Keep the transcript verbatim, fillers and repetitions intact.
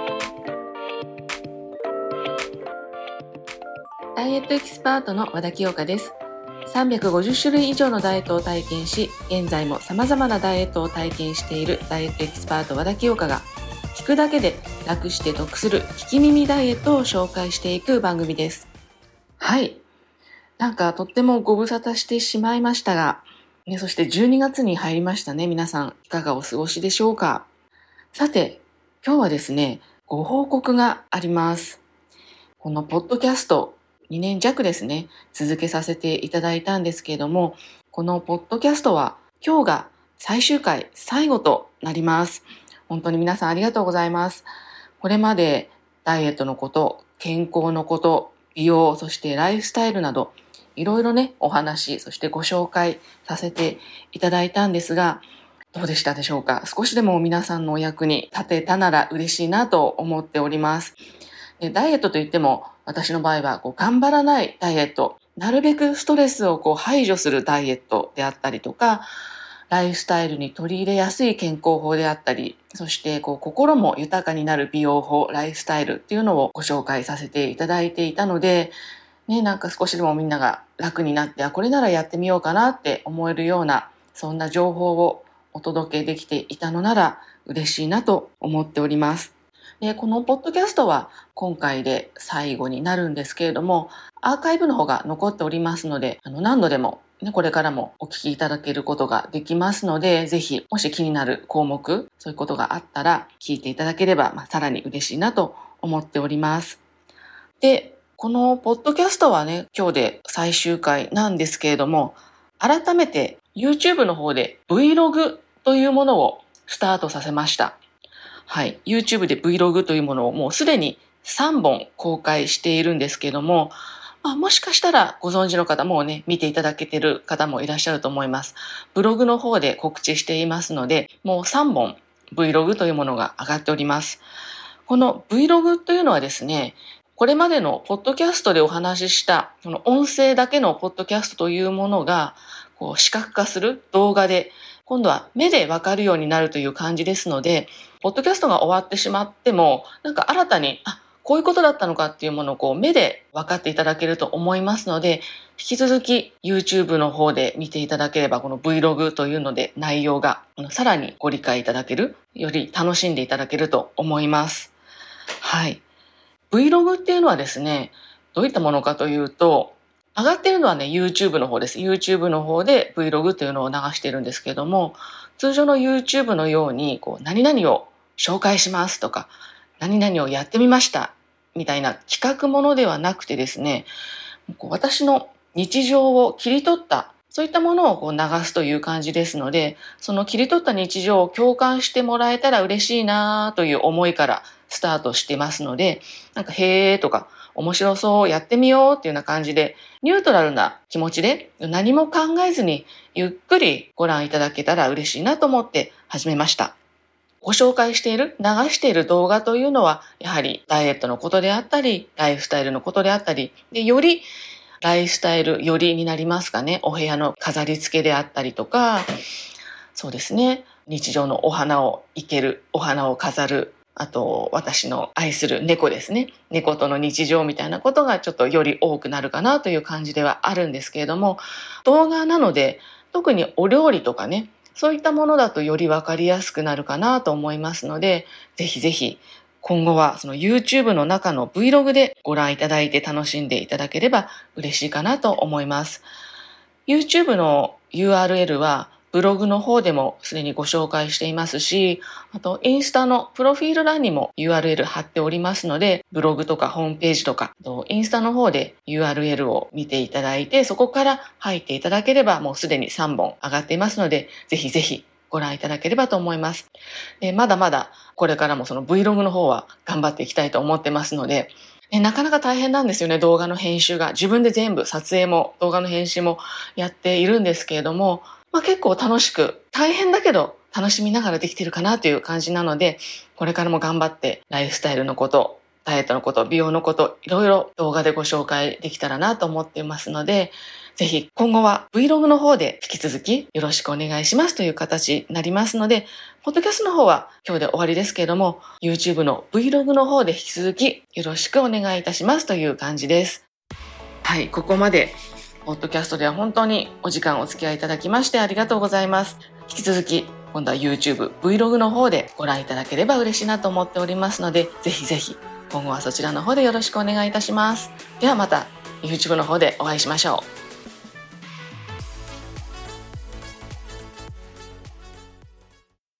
ダイエットエキスパートの和田清香です。さんびゃくごじゅっしゅるい以上のダイエットを体験し、現在も様々なダイエットを体験しているダイエットエキスパート和田清香が、聞くだけで楽して得する聞き耳ダイエットを紹介していく番組です。はい。なんかとってもご無沙汰してしまいましたが、ね、そしてじゅうにがつに入りましたね。皆さんいかがお過ごしでしょうか。さて、今日はですね、ご報告があります。このポッドキャスト、にねんじゃくですね、続けさせていただいたんですけれども、このポッドキャストは今日が最終回、最後となります。本当に皆さんありがとうございます。これまでダイエットのこと、健康のこと、美容、そしてライフスタイルなど、いろいろね、お話、そしてご紹介させていただいたんですが、どうでしたでしょうか。少しでも皆さんのお役に立てたなら嬉しいなと思っております。でダイエットといっても、私の場合はこう頑張らないダイエット、なるべくストレスをこう排除するダイエットであったりとか、ライフスタイルに取り入れやすい健康法であったり、そしてこう心も豊かになる美容法、ライフスタイルっていうのをご紹介させていただいていたので、ね、なんか少しでもみんなが楽になって、あ、これならやってみようかなって思えるような、そんな情報をお届けできていたのなら嬉しいなと思っております。で、このポッドキャストは今回で最後になるんですけれども、アーカイブの方が残っておりますので、あの何度でも、ね、これからもお聞きいただけることができますので、ぜひ、もし気になる項目、そういうことがあったら聞いていただければ、まあ、さらに嬉しいなと思っております。で、このポッドキャストはね、今日で最終回なんですけれども、改めて YouTube の方で Vlog というものをスタートさせました。はい。YouTube で Vlog というものをもうすでにさんぼん公開しているんですけれども、まあ、もしかしたらご存知の方もね、見ていただけている方もいらっしゃると思います。ブログの方で告知していますので、もうさんぼん Vlog というものが上がっております。この Vlog というのはですね、これまでのポッドキャストでお話しした、この音声だけのポッドキャストというものが、こう視覚化する動画で、今度は目でわかるようになるという感じですので、ポッドキャストが終わってしまっても、なんか新たに、あ、こういうことだったのかっていうものをこう目で分かっていただけると思いますので、引き続き YouTube の方で見ていただければ、この Vlog というので内容がさらにご理解いただける、より楽しんでいただけると思います。はい。Vlog っていうのはですね、どういったものかというと、上がっているのはね、YouTube の方です。YouTube の方で Vlog というのを流しているんですけれども、通常の YouTube のように、こう、何々を紹介しますとか、何々をやってみましたみたいな企画ものではなくてですね、こう私の日常を切り取った、そういったものをこう流すという感じですので、その切り取った日常を共感してもらえたら嬉しいなという思いからスタートしてますので、なんかへーとか面白そうやってみようっていうような感じで、ニュートラルな気持ちで何も考えずにゆっくりご覧いただけたら嬉しいなと思って始めました。ご紹介している、流している動画というのは、やはりダイエットのことであったり、ライフスタイルのことであったり、でよりライフスタイルよりになりますかね。お部屋の飾り付けであったりとか、そうですね。日常のお花を生ける、お花を飾る、あと私の愛する猫ですね。猫との日常みたいなことがちょっとより多くなるかなという感じではあるんですけれども、動画なので特にお料理とかね、そういったものだとよりわかりやすくなるかなと思いますので、ぜひぜひ今後はその YouTube の中の Vlog でご覧いただいて楽しんでいただければ嬉しいかなと思います。YouTube の ユーアールエル はブログの方でもすでにご紹介していますし、あとインスタのプロフィール欄にも ユーアールエル 貼っておりますので、ブログとかホームページとか、インスタの方で ユーアールエル を見ていただいて、そこから入っていただければもうすでにさんぼん上がっていますので、ぜひぜひご覧いただければと思います。でまだまだこれからもその Vlog の方は頑張っていきたいと思ってますので、ね、なかなか大変なんですよね、動画の編集が。自分で全部撮影も動画の編集もやっているんですけれども、まあ、結構楽しく、大変だけど楽しみながらできてるかなという感じなので、これからも頑張ってライフスタイルのこと、ダイエットのこと、美容のこと、いろいろ動画でご紹介できたらなと思っていますので、 ぜひ今後は Vlog の方で引き続きよろしくお願いしますという形になりますので、ポッドキャストの方は今日で終わりですけれども、YouTube の Vlog の方で引き続きよろしくお願いいたしますという感じです。はい、ここまでポッドキャストでは本当にお時間お付き合いいただきましてありがとうございます。引き続き今度は YouTube、Vlog の方でご覧いただければ嬉しいなと思っておりますので、ぜひぜひ今後はそちらの方でよろしくお願いいたします。ではまた YouTube の方でお会いしましょう。